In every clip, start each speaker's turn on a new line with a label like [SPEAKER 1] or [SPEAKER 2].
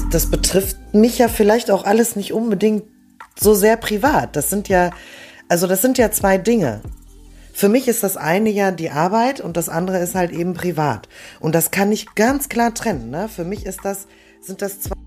[SPEAKER 1] das betrifft mich ja vielleicht auch alles nicht unbedingt so sehr privat. Das sind ja zwei Dinge. Für mich ist das eine ja die Arbeit und das andere ist halt eben privat. Und das kann ich ganz klar trennen, ne? Für mich sind das zwei.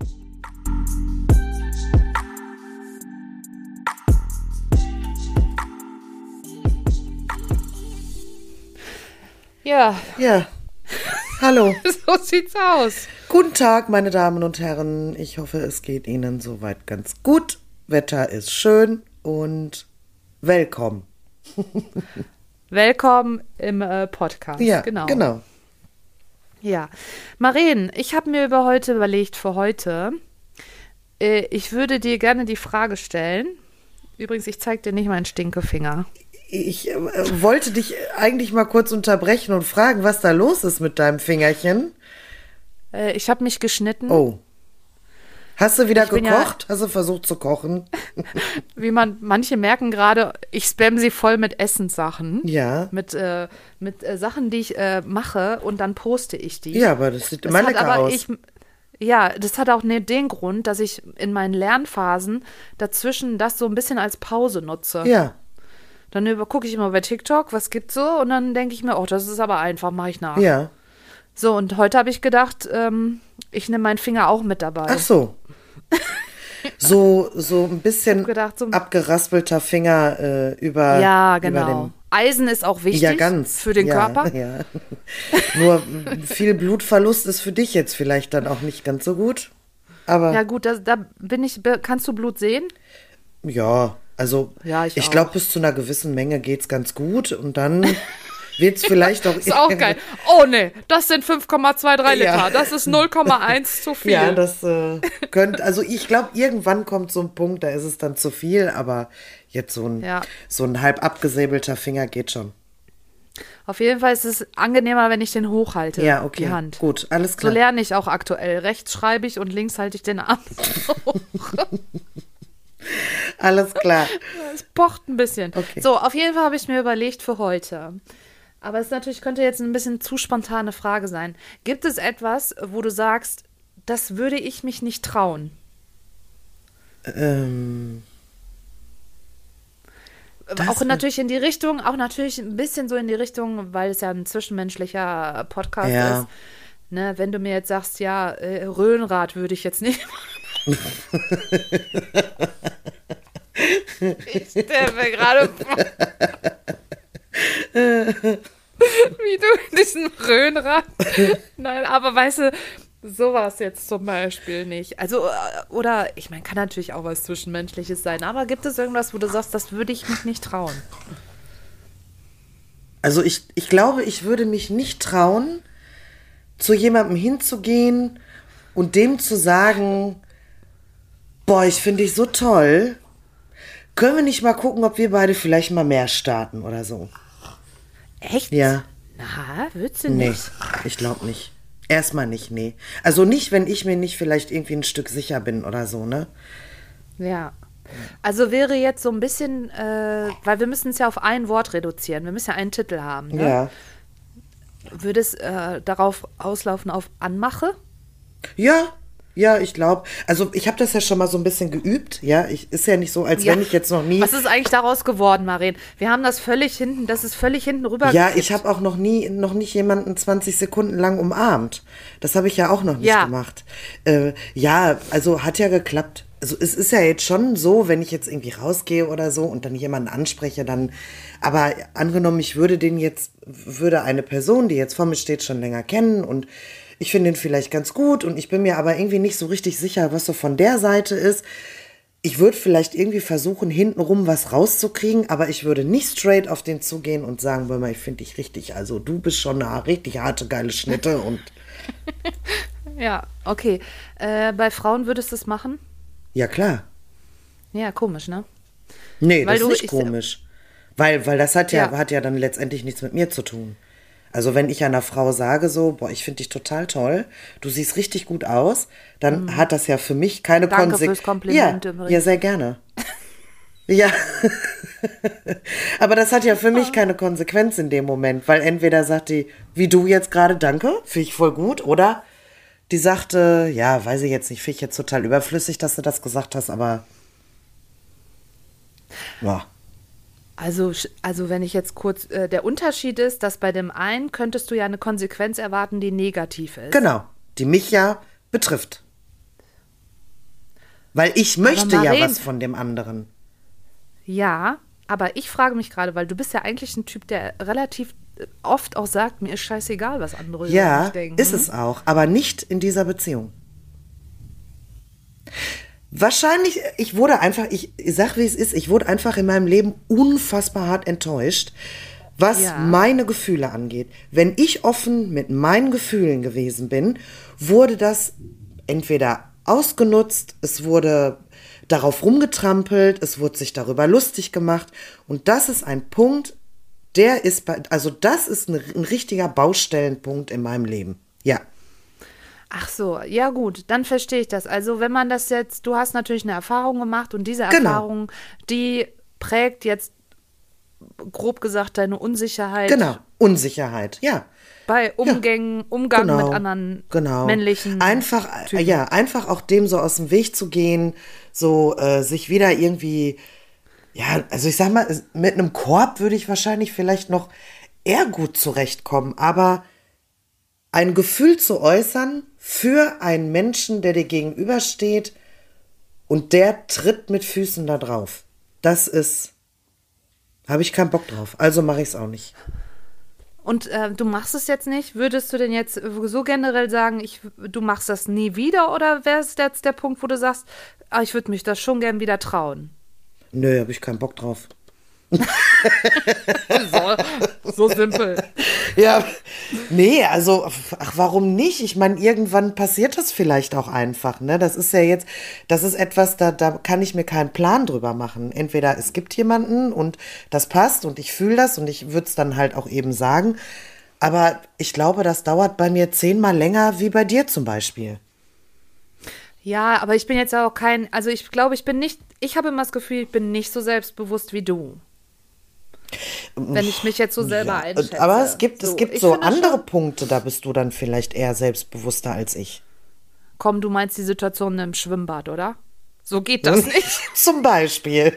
[SPEAKER 2] Ja.
[SPEAKER 1] Ja. Hallo.
[SPEAKER 2] So sieht's aus.
[SPEAKER 1] Guten Tag, meine Damen und Herren. Ich hoffe, es geht Ihnen soweit ganz gut. Wetter ist schön und willkommen.
[SPEAKER 2] Willkommen im Podcast.
[SPEAKER 1] Ja, genau.
[SPEAKER 2] Ja, Maren, ich habe mir überlegt für heute, ich würde dir gerne die Frage stellen. Übrigens, ich zeige dir nicht meinen Stinkefinger.
[SPEAKER 1] Ich wollte dich eigentlich mal kurz unterbrechen und fragen, was da los ist mit deinem Fingerchen.
[SPEAKER 2] Ich habe mich geschnitten.
[SPEAKER 1] Oh. Hast du wieder gekocht? Hast du versucht zu kochen?
[SPEAKER 2] Manche merken gerade, ich spam sie voll mit Essenssachen.
[SPEAKER 1] Ja.
[SPEAKER 2] Mit Sachen, die ich mache und dann poste ich die.
[SPEAKER 1] Ja, aber das sieht immer lecker aus.
[SPEAKER 2] Das hat auch den Grund, dass ich in meinen Lernphasen dazwischen das so ein bisschen als Pause nutze.
[SPEAKER 1] Ja.
[SPEAKER 2] Dann gucke ich immer bei TikTok, was gibt's so? Und dann denke ich mir, oh, das ist aber einfach, mache ich nach.
[SPEAKER 1] Ja.
[SPEAKER 2] So, und heute habe ich gedacht, ich nehme meinen Finger auch mit dabei.
[SPEAKER 1] Ach so. So ein bisschen
[SPEAKER 2] gedacht,
[SPEAKER 1] abgeraspelter Finger über.
[SPEAKER 2] Ja, genau. Eisen ist auch wichtig für den Körper.
[SPEAKER 1] Ja. Nur viel Blutverlust ist für dich jetzt vielleicht dann auch nicht ganz so gut. Aber
[SPEAKER 2] ja gut, kannst du Blut sehen?
[SPEAKER 1] Ja, also
[SPEAKER 2] ja,
[SPEAKER 1] ich glaube, bis zu einer gewissen Menge geht's ganz gut und dann wird's vielleicht auch.
[SPEAKER 2] Ist auch geil. Oh ne, das sind 5,23 Liter.
[SPEAKER 1] Ja.
[SPEAKER 2] Das ist 0,1 zu viel.
[SPEAKER 1] Ja, das könnte, also ich glaube, irgendwann kommt so ein Punkt, da ist es dann zu viel, aber jetzt so ein halb abgesäbelter Finger geht schon.
[SPEAKER 2] Auf jeden Fall ist es angenehmer, wenn ich den hochhalte,
[SPEAKER 1] ja, okay.
[SPEAKER 2] Die Hand.
[SPEAKER 1] Gut, alles klar.
[SPEAKER 2] So lerne ich auch aktuell. Rechts schreibe ich und links halte ich den Arm hoch.
[SPEAKER 1] Alles klar.
[SPEAKER 2] Es pocht ein bisschen.
[SPEAKER 1] Okay.
[SPEAKER 2] So, auf jeden Fall habe ich mir überlegt für heute. Aber es könnte jetzt ein bisschen zu spontane Frage sein. Gibt es etwas, wo du sagst, das würde ich mich nicht trauen? Auch natürlich in die Richtung, auch natürlich ein bisschen so in die Richtung, weil es ja ein zwischenmenschlicher Podcast ist. Ne, wenn du mir jetzt sagst, ja, Röhnrad würde ich jetzt nicht machen. Ich stelle mir gerade vor, wie du diesen Röhnrad. Nein, aber weißt du, sowas jetzt zum Beispiel nicht. Also, oder, ich meine, kann natürlich auch was Zwischenmenschliches sein, aber gibt es irgendwas, wo du sagst, das würde ich mich nicht trauen?
[SPEAKER 1] Also ich glaube, ich würde mich nicht trauen, zu jemandem hinzugehen und dem zu sagen, boah, ich finde dich so toll, können wir nicht mal gucken, ob wir beide vielleicht mal mehr starten oder so.
[SPEAKER 2] Echt?
[SPEAKER 1] Ja.
[SPEAKER 2] Na, würdest du nicht?
[SPEAKER 1] Nee, ich glaube nicht. Erstmal nicht, nee. Also nicht, wenn ich mir nicht vielleicht irgendwie ein Stück sicher bin oder so, ne? Ja.
[SPEAKER 2] Also wäre jetzt so ein bisschen, weil wir müssen es ja auf ein Wort reduzieren. Wir müssen ja einen Titel haben, ne?
[SPEAKER 1] Ja.
[SPEAKER 2] Würde es darauf auslaufen auf Anmache?
[SPEAKER 1] Ja, ich glaube. Also ich habe das ja schon mal so ein bisschen geübt. Ja, ist ja nicht so, als wenn ich jetzt noch nie.
[SPEAKER 2] Was ist eigentlich daraus geworden, Maren? Wir haben das ist völlig hinten rüber.
[SPEAKER 1] Ja, ich habe auch noch nicht jemanden 20 Sekunden lang umarmt. Das habe ich ja auch noch nicht gemacht. Ja, also hat ja geklappt. Also es ist ja jetzt schon so, wenn ich jetzt irgendwie rausgehe oder so und dann jemanden anspreche, dann, aber angenommen, ich würde eine Person, die jetzt vor mir steht, schon länger kennen und ich finde ihn vielleicht ganz gut und ich bin mir aber irgendwie nicht so richtig sicher, was so von der Seite ist. Ich würde vielleicht irgendwie versuchen, hintenrum was rauszukriegen, aber ich würde nicht straight auf den zugehen und sagen, weil ich finde dich richtig, also du bist schon eine richtig harte, geile Schnitte und.
[SPEAKER 2] Ja, okay. Bei Frauen würdest du es machen?
[SPEAKER 1] Ja, klar.
[SPEAKER 2] Ja, komisch, ne?
[SPEAKER 1] Nee, das ist nicht komisch. Weil das hat ja dann letztendlich nichts mit mir zu tun. Also wenn ich einer Frau sage so, boah, ich finde dich total toll, du siehst richtig gut aus, dann hat das ja für mich keine Konsequenz.
[SPEAKER 2] Danke fürs Kompliment übrigens.
[SPEAKER 1] Ja, sehr gerne. Ja, aber das hat ja für mich keine Konsequenz in dem Moment, weil entweder sagt die, wie du jetzt gerade, danke, finde ich voll gut, oder die sagte, ja, weiß ich jetzt nicht, finde ich jetzt total überflüssig, dass du das gesagt hast, aber ja.
[SPEAKER 2] Also wenn ich jetzt kurz, der Unterschied ist, dass bei dem einen könntest du ja eine Konsequenz erwarten, die negativ ist.
[SPEAKER 1] Genau, die mich ja betrifft. Weil ich möchte ja was von dem anderen.
[SPEAKER 2] Ja, aber ich frage mich gerade, weil du bist ja eigentlich ein Typ, der relativ oft auch sagt, mir ist scheißegal, was andere über mich denken.
[SPEAKER 1] Ja, ist es auch, aber nicht in dieser Beziehung. Wahrscheinlich, ich sag wie es ist, ich wurde einfach in meinem Leben unfassbar hart enttäuscht, was meine Gefühle angeht. Wenn ich offen mit meinen Gefühlen gewesen bin, wurde das entweder ausgenutzt, es wurde darauf rumgetrampelt, es wurde sich darüber lustig gemacht und das ist ein Punkt, das ist ein richtiger Baustellenpunkt in meinem Leben. Ja.
[SPEAKER 2] Ach so, ja gut, dann verstehe ich das. Also wenn man das jetzt, du hast natürlich eine Erfahrung gemacht und diese Erfahrung, die prägt jetzt, grob gesagt, deine Unsicherheit.
[SPEAKER 1] Genau, Unsicherheit, ja.
[SPEAKER 2] Bei Umgang mit anderen männlichen
[SPEAKER 1] Typen. Ja, einfach auch dem so aus dem Weg zu gehen, so sich wieder irgendwie, ja, also ich sag mal, mit einem Korb würde ich wahrscheinlich vielleicht noch eher gut zurechtkommen, aber ein Gefühl zu äußern für einen Menschen, der dir gegenübersteht und der tritt mit Füßen da drauf. Habe ich keinen Bock drauf, also mache ich es auch nicht.
[SPEAKER 2] Und du machst es jetzt nicht? Würdest du denn jetzt so generell sagen, du machst das nie wieder? Oder wäre es jetzt der Punkt, wo du sagst, ich würde mich das schon gern wieder trauen?
[SPEAKER 1] Nö, habe ich keinen Bock drauf.
[SPEAKER 2] so simpel.
[SPEAKER 1] Ja, nee, also, warum nicht? Ich meine, irgendwann passiert das vielleicht auch einfach, ne? Das ist etwas, da kann ich mir keinen Plan drüber machen. Entweder es gibt jemanden und das passt und ich fühle das und ich würde es dann halt auch eben sagen. Aber ich glaube, das dauert bei mir 10-mal länger wie bei dir zum Beispiel.
[SPEAKER 2] Ja, aber ich bin jetzt auch ich glaube, ich habe immer das Gefühl, ich bin nicht so selbstbewusst wie du. Wenn ich mich jetzt so selber einschätze.
[SPEAKER 1] Aber es gibt so andere Punkte, da bist du dann vielleicht eher selbstbewusster als ich.
[SPEAKER 2] Komm, du meinst die Situation im Schwimmbad, oder? So geht das nicht.
[SPEAKER 1] Zum Beispiel.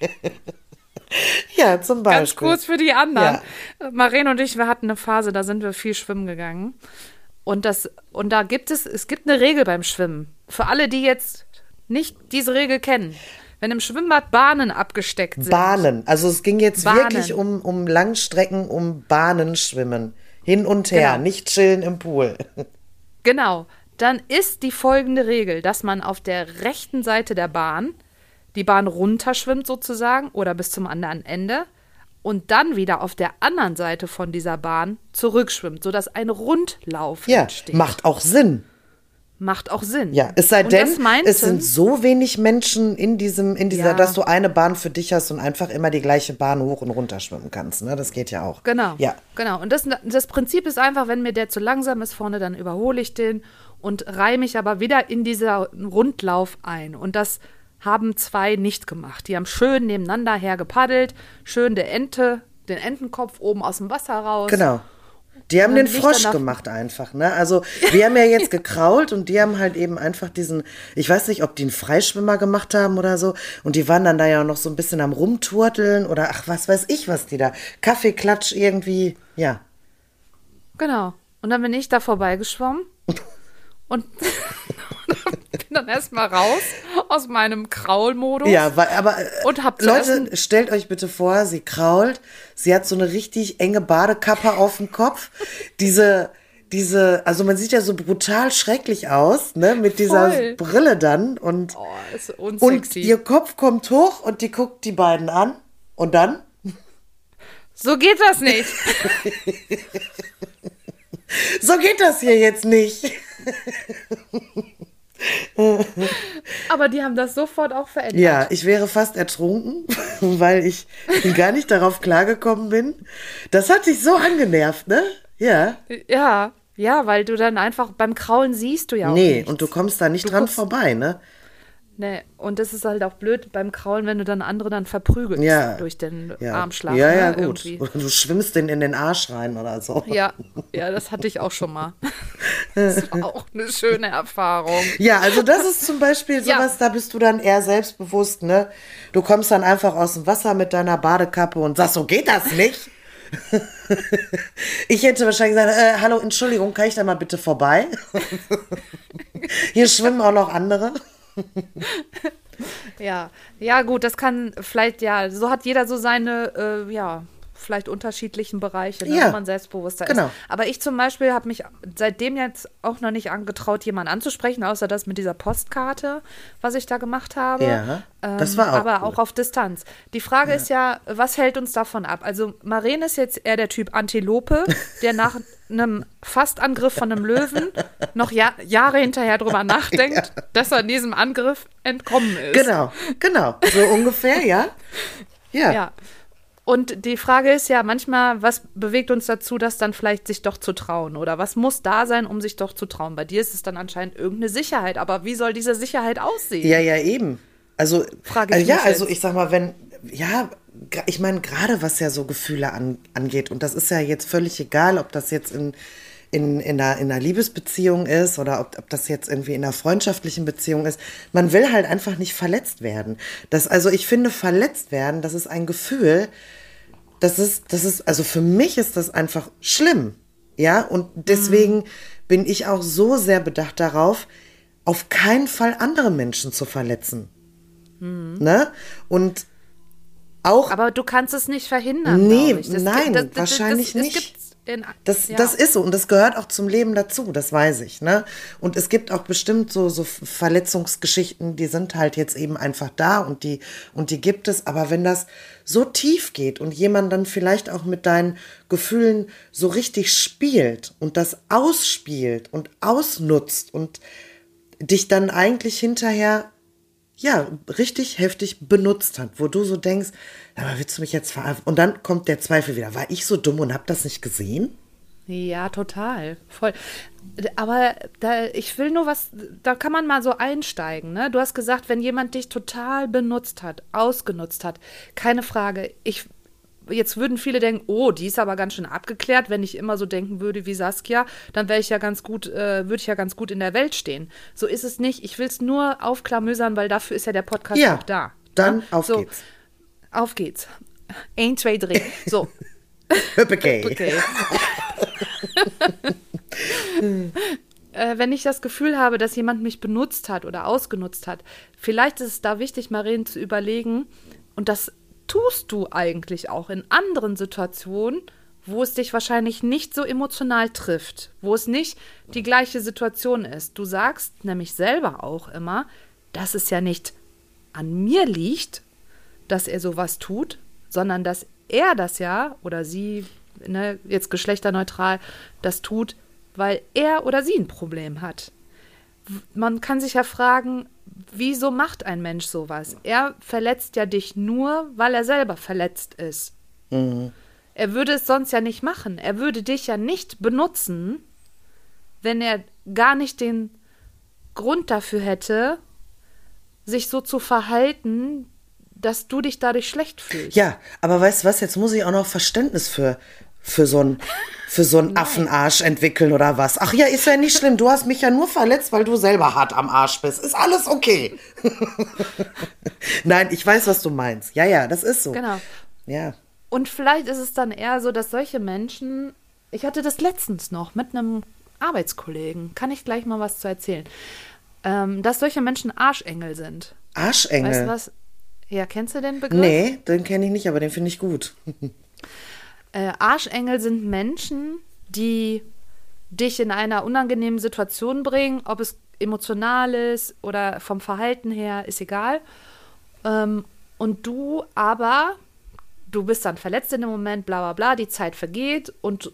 [SPEAKER 1] Ja, zum Beispiel.
[SPEAKER 2] Ganz kurz für die anderen. Ja. Maren und ich, wir hatten eine Phase, da sind wir viel schwimmen gegangen. Und da gibt es gibt eine Regel beim Schwimmen. Für alle, die jetzt nicht diese Regel kennen. Wenn im Schwimmbad Bahnen abgesteckt sind.
[SPEAKER 1] Bahnen, also es ging jetzt wirklich um Langstrecken, um Bahnen schwimmen. Hin und her, genau. Nicht chillen im Pool.
[SPEAKER 2] Genau, dann ist die folgende Regel, dass man auf der rechten Seite der Bahn die Bahn runterschwimmt sozusagen oder bis zum anderen Ende und dann wieder auf der anderen Seite von dieser Bahn zurückschwimmt, sodass ein Rundlauf entsteht.
[SPEAKER 1] Ja, macht auch Sinn.
[SPEAKER 2] Macht auch Sinn.
[SPEAKER 1] Ja, es sei denn, es sind so wenig Menschen in dieser, dass du eine Bahn für dich hast und einfach immer die gleiche Bahn hoch und runter schwimmen kannst. Ne? Das geht ja auch.
[SPEAKER 2] Genau.
[SPEAKER 1] Ja.
[SPEAKER 2] Genau. Und das Prinzip ist einfach, wenn mir der zu langsam ist vorne, dann überhole ich den und reihe mich aber wieder in dieser Rundlauf ein. Und das haben 2 nicht gemacht. Die haben schön nebeneinander hergepaddelt, schön den Entenkopf oben aus dem Wasser raus.
[SPEAKER 1] Genau. Die haben den Frosch gemacht einfach, ne? Also wir haben ja jetzt gekrault und die haben halt eben einfach ich weiß nicht, ob die einen Freischwimmer gemacht haben oder so und die waren dann da ja noch so ein bisschen am Rumturteln oder was weiß ich, was die da, Kaffeeklatsch irgendwie, ja.
[SPEAKER 2] Genau. Und dann bin ich da vorbeigeschwommen und bin dann erstmal raus aus meinem Kraulmodus.
[SPEAKER 1] Ja, aber
[SPEAKER 2] und
[SPEAKER 1] Leute, stellt euch bitte vor, sie krault, sie hat so eine richtig enge Badekappe auf dem Kopf, also man sieht ja so brutal schrecklich aus, ne, mit dieser Brille dann und
[SPEAKER 2] ist unsexy.
[SPEAKER 1] Und ihr Kopf kommt hoch und die guckt die beiden an und dann?
[SPEAKER 2] So geht das nicht.
[SPEAKER 1] So geht das hier jetzt nicht.
[SPEAKER 2] Aber die haben das sofort auch verändert.
[SPEAKER 1] Ja, ich wäre fast ertrunken, weil ich gar nicht darauf klargekommen bin. Das hat dich so angenervt, ne? Ja.
[SPEAKER 2] Ja, weil du dann einfach beim Kraulen siehst du ja auch
[SPEAKER 1] Nee,
[SPEAKER 2] nichts.
[SPEAKER 1] und du kommst da nicht dran vorbei, ne?
[SPEAKER 2] Nee, und das ist halt auch blöd beim Kraulen, wenn du dann andere dann verprügelst durch den Armschlag.
[SPEAKER 1] Ja, gut. Irgendwie. Oder du schwimmst den in den Arsch rein oder so.
[SPEAKER 2] Ja, das hatte ich auch schon mal. Das war auch eine schöne Erfahrung.
[SPEAKER 1] Ja, also das ist zum Beispiel sowas, da bist du dann eher selbstbewusst, ne? Du kommst dann einfach aus dem Wasser mit deiner Badekappe und sagst, so geht das nicht. Ich hätte wahrscheinlich gesagt, hallo, Entschuldigung, kann ich da mal bitte vorbei? Hier schwimmen auch noch andere.
[SPEAKER 2] Ja, gut, das kann vielleicht, so hat jeder so seine, vielleicht unterschiedlichen Bereiche, ne, wo man selbstbewusster ist. Aber ich zum Beispiel habe mich seitdem jetzt auch noch nicht angetraut, jemanden anzusprechen, außer das mit dieser Postkarte, was ich da gemacht habe.
[SPEAKER 1] Ja, das war auch
[SPEAKER 2] aber
[SPEAKER 1] gut.
[SPEAKER 2] auch auf Distanz. Die Frage ist ja, was hält uns davon ab? Also Maren ist jetzt eher der Typ Antilope, der nach einem Fastangriff von einem Löwen noch Jahre hinterher drüber nachdenkt, dass er in diesem Angriff entkommen ist.
[SPEAKER 1] Genau. So ungefähr, ja.
[SPEAKER 2] Ja. Und die Frage ist ja manchmal, was bewegt uns dazu, das dann vielleicht sich doch zu trauen? Oder was muss da sein, um sich doch zu trauen? Bei dir ist es dann anscheinend irgendeine Sicherheit. Aber wie soll diese Sicherheit aussehen?
[SPEAKER 1] Ja, eben. Also,
[SPEAKER 2] also
[SPEAKER 1] ich sag mal, ich meine, gerade was ja so Gefühle angeht, und das ist ja jetzt völlig egal, ob das jetzt in einer Liebesbeziehung ist oder ob das jetzt irgendwie in einer freundschaftlichen Beziehung ist. Man will halt einfach nicht verletzt werden. Also ich finde, verletzt werden, das ist ein Gefühl, also für mich ist das einfach schlimm. Ja, und deswegen bin ich auch so sehr bedacht darauf, auf keinen Fall andere Menschen zu verletzen. Ne? Und auch.
[SPEAKER 2] Aber du kannst es nicht verhindern.
[SPEAKER 1] Nee, wahrscheinlich nicht. Das ist so und das gehört auch zum Leben dazu, das weiß ich, ne? Und es gibt auch bestimmt so Verletzungsgeschichten, die sind halt jetzt eben einfach da und die gibt es, aber wenn das so tief geht und jemand dann vielleicht auch mit deinen Gefühlen so richtig spielt und das ausspielt und ausnutzt und dich dann eigentlich hinterher richtig heftig benutzt hat, wo du so denkst, aber willst du mich jetzt verarschen? Und dann kommt der Zweifel wieder. War ich so dumm und hab das nicht gesehen?
[SPEAKER 2] Ja, total. Voll. Aber ich will nur da kann man mal so einsteigen, ne? Du hast gesagt, wenn jemand dich total benutzt hat, ausgenutzt hat, keine Frage. Jetzt würden viele denken, oh, die ist aber ganz schön abgeklärt. Wenn ich immer so denken würde wie Saskia, dann würde ich ja ganz gut in der Welt stehen. So ist es nicht. Ich will es nur aufklamüsern, weil dafür ist ja der Podcast auch da.
[SPEAKER 1] Dann auf geht's.
[SPEAKER 2] Auf geht's. 1, 2, 3. So.
[SPEAKER 1] Hüppekay.
[SPEAKER 2] Wenn ich das Gefühl habe, dass jemand mich benutzt hat oder ausgenutzt hat, vielleicht ist es da wichtig, Maren, zu überlegen, und das tust du eigentlich auch in anderen Situationen, wo es dich wahrscheinlich nicht so emotional trifft, wo es nicht die gleiche Situation ist. Du sagst nämlich selber auch immer, dass es ja nicht an mir liegt, dass er sowas tut, sondern dass er das oder sie, ne, jetzt geschlechterneutral, das tut, weil er oder sie ein Problem hat. Man kann sich ja fragen, wieso macht ein Mensch sowas? Er verletzt ja dich nur, weil er selber verletzt ist. Mhm. Er würde es sonst ja nicht machen. Er würde dich ja nicht benutzen, wenn er gar nicht den Grund dafür hätte, sich so zu verhalten, dass du dich dadurch schlecht fühlst.
[SPEAKER 1] Ja, aber weißt du was, jetzt muss ich auch noch Verständnis für so einen Affenarsch entwickeln oder was. Ach ja, ist ja nicht schlimm. Du hast mich ja nur verletzt, weil du selber hart am Arsch bist. Ist alles okay. Nein, ich weiß, was du meinst. Ja, das ist so.
[SPEAKER 2] Genau.
[SPEAKER 1] Ja.
[SPEAKER 2] Und vielleicht ist es dann eher so, dass solche Menschen, ich hatte das letztens noch mit einem Arbeitskollegen, kann ich gleich mal was zu erzählen, dass solche Menschen Arschengel sind.
[SPEAKER 1] Arschengel?
[SPEAKER 2] Weißt du was? Ja, kennst du den Begriff?
[SPEAKER 1] Nee, den kenne ich nicht, aber den finde ich gut.
[SPEAKER 2] Arschengel sind Menschen, die dich in einer unangenehmen Situation bringen, ob es emotional ist oder vom Verhalten her, ist egal. Und du bist dann verletzt in dem Moment, bla bla bla, die Zeit vergeht und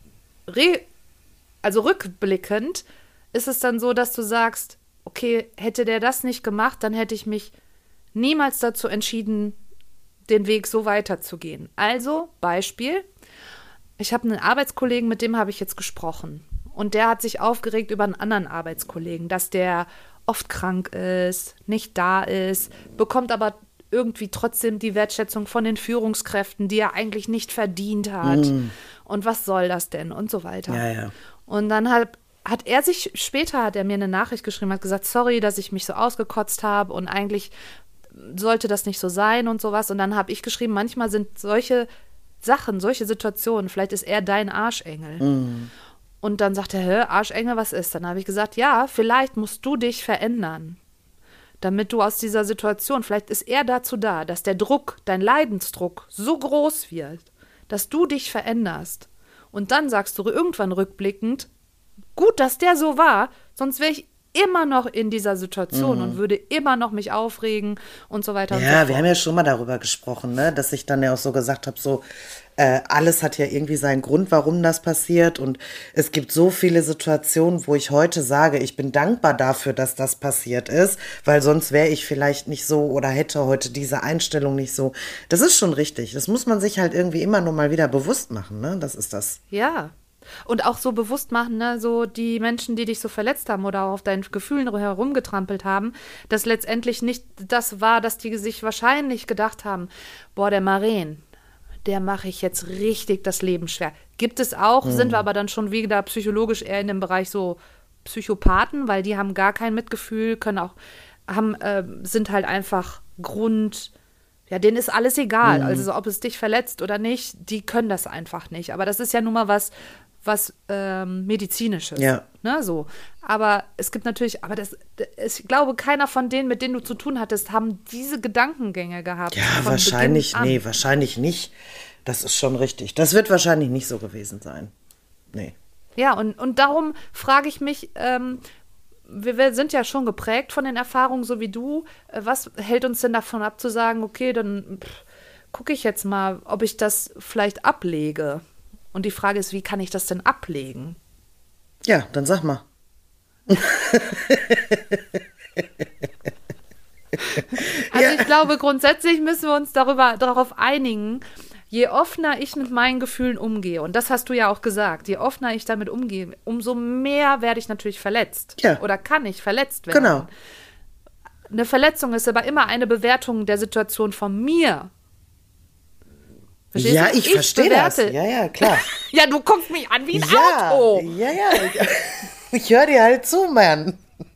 [SPEAKER 2] rückblickend ist es dann so, dass du sagst, okay, hätte der das nicht gemacht, dann hätte ich mich niemals dazu entschieden, den Weg so weiterzugehen. Also, Beispiel, ich habe einen Arbeitskollegen, mit dem habe ich jetzt gesprochen. Und der hat sich aufgeregt über einen anderen Arbeitskollegen, dass der oft krank ist, nicht da ist, bekommt aber irgendwie trotzdem die Wertschätzung von den Führungskräften, die er eigentlich nicht verdient hat. Und was soll das denn? Und so weiter.
[SPEAKER 1] Ja, ja.
[SPEAKER 2] Und dann hat er mir eine Nachricht geschrieben, hat gesagt, sorry, dass ich mich so ausgekotzt habe und eigentlich sollte das nicht so sein und sowas. Und dann habe ich geschrieben, manchmal sind solche Sachen, solche Situationen, vielleicht ist er dein Arschengel. Und dann sagt er, Arschengel, was ist? Dann habe ich gesagt, ja, vielleicht musst du dich verändern, damit du aus dieser Situation, vielleicht ist er dazu da, dass der Druck, dein Leidensdruck so groß wird, dass du dich veränderst. Und dann sagst du irgendwann rückblickend, gut, dass der so war, sonst wäre ich immer noch in dieser Situation und würde immer noch mich aufregen und so weiter und so fort.
[SPEAKER 1] Ja, wir haben ja schon mal darüber gesprochen, ne? Dass ich dann ja auch so gesagt habe, so alles hat ja irgendwie seinen Grund, warum das passiert, und es gibt so viele Situationen, wo ich heute sage, ich bin dankbar dafür, dass das passiert ist, weil sonst wäre ich vielleicht nicht so oder hätte heute diese Einstellung nicht so. Das ist schon richtig. Das muss man sich halt irgendwie immer nur mal wieder bewusst machen, ne? Das ist das.
[SPEAKER 2] Ja. Und auch so bewusst machen, ne, so die Menschen, die dich so verletzt haben oder auf deinen Gefühlen herumgetrampelt haben, dass letztendlich nicht das war, dass die sich wahrscheinlich gedacht haben, boah, der Maren, der mache ich jetzt richtig das Leben schwer. Gibt es auch, sind wir aber dann schon wieder psychologisch eher in dem Bereich so Psychopathen, weil die haben gar kein Mitgefühl, sind halt einfach ja, denen ist alles egal. Also so, ob es dich verletzt oder nicht, die können das einfach nicht. Aber das ist ja nun mal was Medizinisches. Ja. Ne, so. Aber es gibt natürlich, ich glaube, keiner von denen, mit denen du zu tun hattest, haben diese Gedankengänge gehabt.
[SPEAKER 1] Ja, wahrscheinlich nicht. Das ist schon richtig. Das wird wahrscheinlich nicht so gewesen sein. Nee.
[SPEAKER 2] Ja, und darum frage ich mich, wir sind ja schon geprägt von den Erfahrungen, so wie du. Was hält uns denn davon ab, zu sagen, okay, dann gucke ich jetzt mal, ob ich das vielleicht ablege? Und die Frage ist, wie kann ich das denn ablegen?
[SPEAKER 1] Ja, dann sag mal.
[SPEAKER 2] Also ich glaube, grundsätzlich müssen wir uns darauf einigen, je offener ich mit meinen Gefühlen umgehe, und das hast du ja auch gesagt, je offener ich damit umgehe, umso mehr werde ich natürlich verletzt.
[SPEAKER 1] Ja.
[SPEAKER 2] Oder kann ich verletzt werden.
[SPEAKER 1] Genau.
[SPEAKER 2] Eine Verletzung ist aber immer eine Bewertung der Situation von mir.
[SPEAKER 1] Verstehst du? Ich verstehe das. Ja, klar.
[SPEAKER 2] Ja, du guckst mich an wie ein Auto.
[SPEAKER 1] Ja. Ich höre dir halt zu, Mann.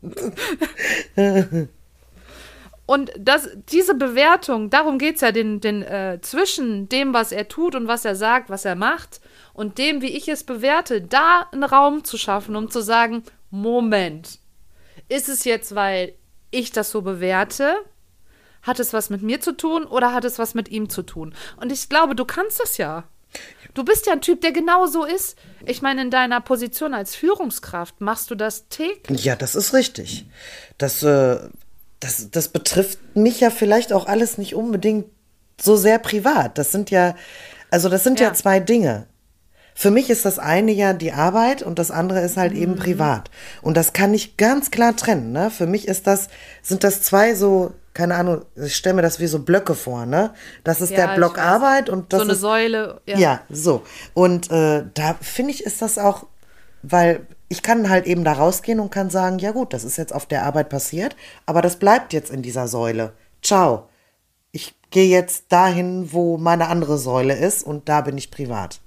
[SPEAKER 2] Und diese Bewertung, darum geht es ja, zwischen dem, was er tut und was er sagt, was er macht, und dem, wie ich es bewerte, da einen Raum zu schaffen, um zu sagen, Moment, ist es jetzt, weil ich das so bewerte? Hat es was mit mir zu tun oder hat es was mit ihm zu tun? Und ich glaube, du kannst das ja. Du bist ja ein Typ, der genau so ist. Ich meine, in deiner Position als Führungskraft machst du das täglich.
[SPEAKER 1] Ja, das ist richtig. Das betrifft mich ja vielleicht auch alles nicht unbedingt so sehr privat. Das sind ja zwei Dinge. Für mich ist das eine ja die Arbeit und das andere ist halt eben privat. Und das kann ich ganz klar trennen, ne? Für mich sind das zwei so, keine Ahnung, ich stelle mir das wie so Blöcke vor, ne? Das ist der Block Arbeit und das ist so eine
[SPEAKER 2] Säule.
[SPEAKER 1] Ja, so. Und da finde ich, ist das auch, weil ich kann halt eben da rausgehen und kann sagen, ja gut, das ist jetzt auf der Arbeit passiert, aber das bleibt jetzt in dieser Säule. Ciao. Ich gehe jetzt dahin, wo meine andere Säule ist, und da bin ich privat.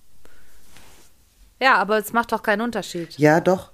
[SPEAKER 2] Ja, aber es macht doch keinen Unterschied.
[SPEAKER 1] Ja, doch.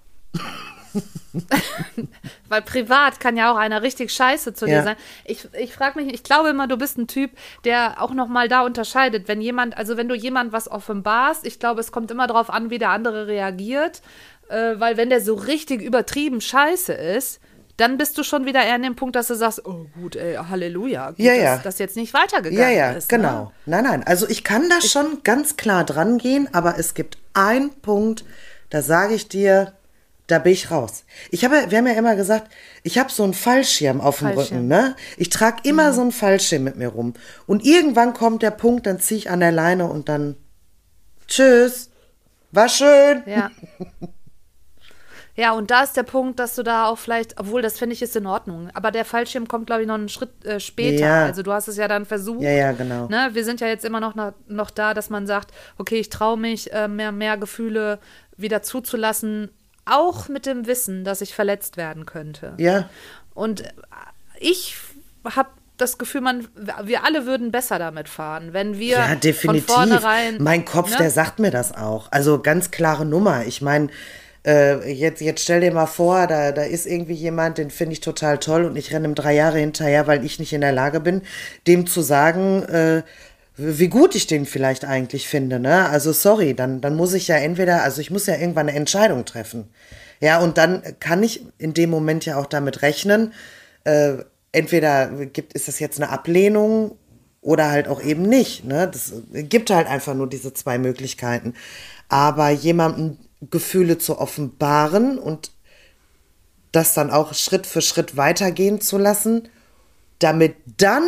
[SPEAKER 2] Weil privat kann ja auch einer richtig scheiße zu dir sein. Ich frage mich, ich glaube immer, du bist ein Typ, der auch noch mal da unterscheidet. Wenn du jemand was offenbarst, ich glaube, es kommt immer darauf an, wie der andere reagiert. Weil wenn der so richtig übertrieben scheiße ist, dann bist du schon wieder eher an dem Punkt, dass du sagst, oh gut, ey, Halleluja, gut, dass das jetzt nicht weitergegangen ist.
[SPEAKER 1] Ja, genau. Ne? Nein, also ich kann da schon ganz klar dran gehen, aber es gibt einen Punkt, da sage ich dir, da bin ich raus. Wir haben ja immer gesagt, ich habe so einen Fallschirm auf dem Rücken, ne? Ich trage immer so einen Fallschirm mit mir rum. Und irgendwann kommt der Punkt, dann ziehe ich an der Leine und dann tschüss, war schön.
[SPEAKER 2] Ja. Ja, und da ist der Punkt, dass du da auch vielleicht, obwohl das finde ich ist in Ordnung, aber der Fallschirm kommt, glaube ich, noch einen Schritt später. Ja. Also du hast es ja dann versucht.
[SPEAKER 1] Ja, genau.
[SPEAKER 2] Ne? Wir sind ja jetzt immer noch da, dass man sagt, okay, ich traue mich, mehr Gefühle wieder zuzulassen, auch mit dem Wissen, dass ich verletzt werden könnte.
[SPEAKER 1] Ja.
[SPEAKER 2] Und ich habe das Gefühl, wir alle würden besser damit fahren, wenn wir
[SPEAKER 1] ja, definitiv.
[SPEAKER 2] Von vornherein...
[SPEAKER 1] Mein Kopf,
[SPEAKER 2] ne?
[SPEAKER 1] der sagt mir das auch. Also ganz klare Nummer. Ich meine, jetzt stell dir mal vor, da ist irgendwie jemand, den finde ich total toll und ich renne ihm 3 Jahre hinterher, weil ich nicht in der Lage bin, dem zu sagen, wie gut ich den vielleicht eigentlich finde, ne? Also sorry, dann muss ich ja ich muss ja irgendwann eine Entscheidung treffen. Ja, und dann kann ich in dem Moment ja auch damit rechnen, entweder ist das jetzt eine Ablehnung oder halt auch eben nicht, ne? Das gibt halt einfach nur diese 2 Möglichkeiten. Aber jemandem Gefühle zu offenbaren und das dann auch Schritt für Schritt weitergehen zu lassen, damit dann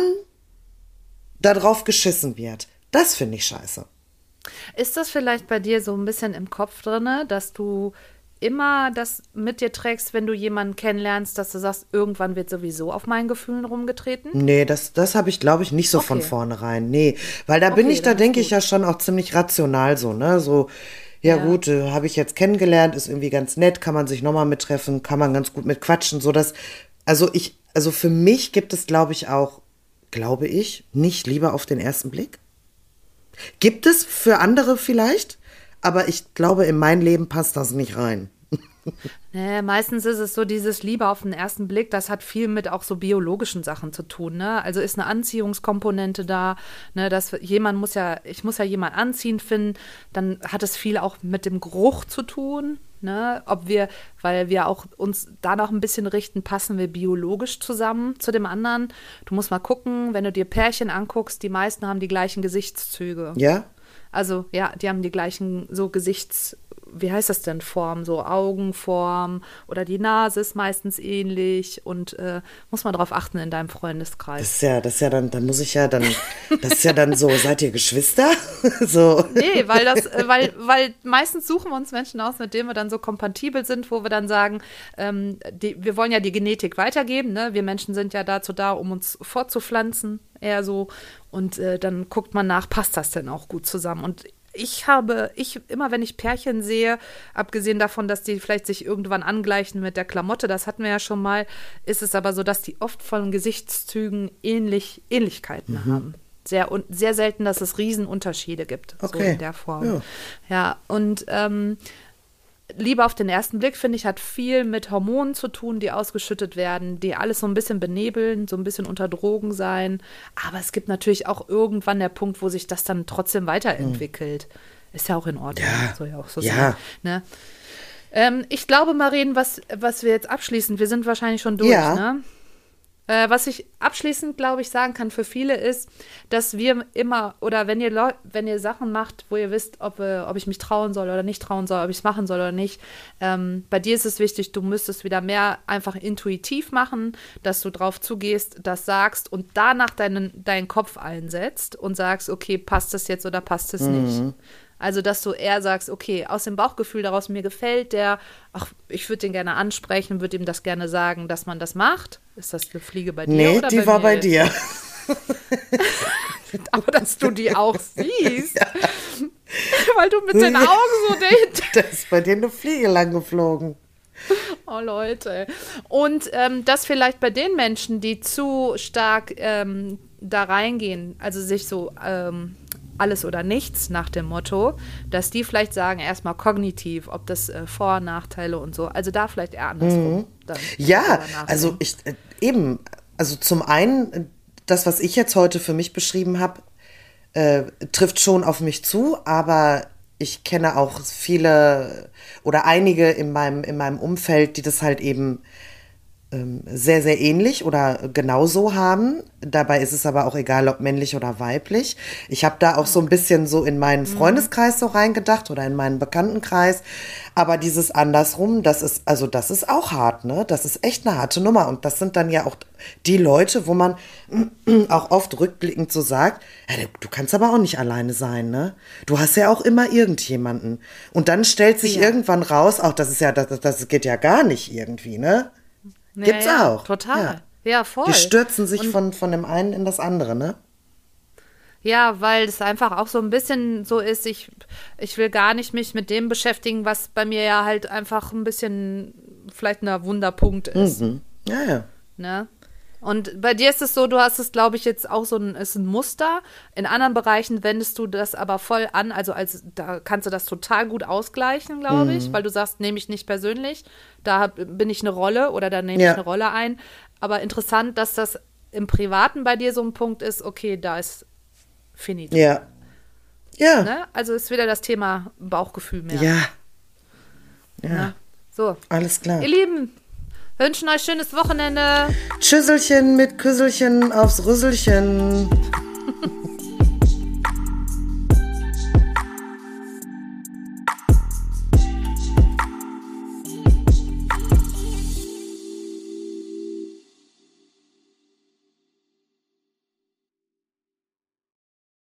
[SPEAKER 1] darauf geschissen wird. Das finde ich scheiße.
[SPEAKER 2] Ist das vielleicht bei dir so ein bisschen im Kopf drin, dass du immer das mit dir trägst, wenn du jemanden kennenlernst, dass du sagst, irgendwann wird sowieso auf meinen Gefühlen rumgetreten?
[SPEAKER 1] Nee, das habe ich, glaube ich, nicht so von vornherein. Nee, weil da denke ich ja schon auch ziemlich rational so, ne? So, ja gut, habe ich jetzt kennengelernt, ist irgendwie ganz nett, kann man sich nochmal mittreffen, kann man ganz gut mit quatschen, so dass, also für mich gibt es, glaube ich, nicht Liebe auf den ersten Blick. Gibt es für andere vielleicht, aber ich glaube, in mein Leben passt das nicht rein.
[SPEAKER 2] Nee, meistens ist es so dieses Liebe auf den ersten Blick, das hat viel mit auch so biologischen Sachen zu tun, ne? Also ist eine Anziehungskomponente da, ne? Ich muss ja jemanden anziehend finden, dann hat es viel auch mit dem Geruch zu tun, ne? Weil wir auch uns da noch ein bisschen richten, passen wir biologisch zusammen zu dem anderen. Du musst mal gucken, wenn du dir Pärchen anguckst, die meisten haben die gleichen Gesichtszüge.
[SPEAKER 1] Ja?
[SPEAKER 2] Also, ja, die haben die gleichen so wie heißt das denn, Form, so Augenform oder die Nase ist meistens ähnlich und muss man drauf achten in deinem Freundeskreis.
[SPEAKER 1] Das ist ja dann so, seid ihr Geschwister? So.
[SPEAKER 2] Nee, weil meistens suchen wir uns Menschen aus, mit denen wir dann so kompatibel sind, wo wir dann sagen, wir wollen ja die Genetik weitergeben, ne? Wir Menschen sind ja dazu da, um uns fortzupflanzen, eher so. Und dann guckt man nach, passt das denn auch gut zusammen? Und immer wenn ich Pärchen sehe, abgesehen davon, dass die vielleicht sich irgendwann angleichen mit der Klamotte, das hatten wir ja schon mal, ist es aber so, dass die oft von Gesichtszügen Ähnlichkeiten haben. Sehr selten, dass es Riesenunterschiede gibt, so in der Form. Ja, und Liebe auf den ersten Blick, finde ich, hat viel mit Hormonen zu tun, die ausgeschüttet werden, die alles so ein bisschen benebeln, so ein bisschen unter Drogen sein. Aber es gibt natürlich auch irgendwann der Punkt, wo sich das dann trotzdem weiterentwickelt. Ist ja auch in Ordnung.
[SPEAKER 1] Ja.
[SPEAKER 2] Soll ja auch so sein. Ne? Ich glaube, Maren, was wir jetzt abschließend, wir sind wahrscheinlich schon durch, ne? Was ich abschließend, glaube ich, sagen kann für viele ist, dass wir immer, oder wenn ihr Sachen macht, wo ihr wisst, ob ich mich trauen soll oder nicht trauen soll, ob ich es machen soll oder nicht, bei dir ist es wichtig, du müsstest wieder mehr einfach intuitiv machen, dass du drauf zugehst, das sagst und danach deinen Kopf einsetzt und sagst, okay, passt das jetzt oder passt es nicht. Also, dass du eher sagst, okay, aus dem Bauchgefühl daraus, mir gefällt ich würde den gerne ansprechen, würde ihm das gerne sagen, dass man das macht. Ist das eine Fliege bei dir
[SPEAKER 1] Nee,
[SPEAKER 2] oder
[SPEAKER 1] die war bei dir.
[SPEAKER 2] Aber dass du die auch siehst. Ja. Weil du mit den Augen so
[SPEAKER 1] Da ist bei dir eine Fliege lang geflogen.
[SPEAKER 2] Oh, Leute. Und das vielleicht bei den Menschen, die zu stark da reingehen, also sich so alles oder nichts nach dem Motto, dass die vielleicht sagen, erstmal kognitiv, ob das Vor- und Nachteile und so, also da vielleicht eher andersrum.
[SPEAKER 1] Ja, also also zum einen, das, was ich jetzt heute für mich beschrieben habe, trifft schon auf mich zu, aber ich kenne auch viele oder einige in meinem Umfeld, die das halt eben sehr, sehr ähnlich oder genauso haben. Dabei ist es aber auch egal, ob männlich oder weiblich. Ich habe da auch so ein bisschen so in meinen Freundeskreis so reingedacht oder in meinen Bekanntenkreis. Aber dieses andersrum, das ist auch hart, ne? Das ist echt eine harte Nummer. Und das sind dann ja auch die Leute, wo man auch oft rückblickend so sagt, ja, du kannst aber auch nicht alleine sein, ne? Du hast ja auch immer irgendjemanden. Und dann stellt sich irgendwann raus, auch das geht ja gar nicht irgendwie, ne? Gibt's auch.
[SPEAKER 2] Total. Ja, voll.
[SPEAKER 1] Die stürzen sich von dem einen in das andere, ne?
[SPEAKER 2] Ja, weil es einfach auch so ein bisschen so ist, ich will gar nicht mich mit dem beschäftigen, was bei mir ja halt einfach ein bisschen vielleicht ein Wunderpunkt ist.
[SPEAKER 1] Mhm. Ja.
[SPEAKER 2] Ne? Und bei dir ist es so, du hast es, glaube ich, jetzt auch ist ein Muster. In anderen Bereichen wendest du das aber voll an, also da kannst du das total gut ausgleichen, glaube ich, weil du sagst, nehme ich nicht persönlich, da bin ich eine Rolle oder da nehme ich eine Rolle ein. Aber interessant, dass das im Privaten bei dir so ein Punkt ist, okay, da ist finito.
[SPEAKER 1] Ja.
[SPEAKER 2] Ne? Also ist wieder das Thema Bauchgefühl mehr.
[SPEAKER 1] Ja.
[SPEAKER 2] Ne? So.
[SPEAKER 1] Alles klar.
[SPEAKER 2] Ihr Lieben, wünschen euch schönes Wochenende.
[SPEAKER 1] Tschüsselchen mit Küsselchen aufs Rüsselchen.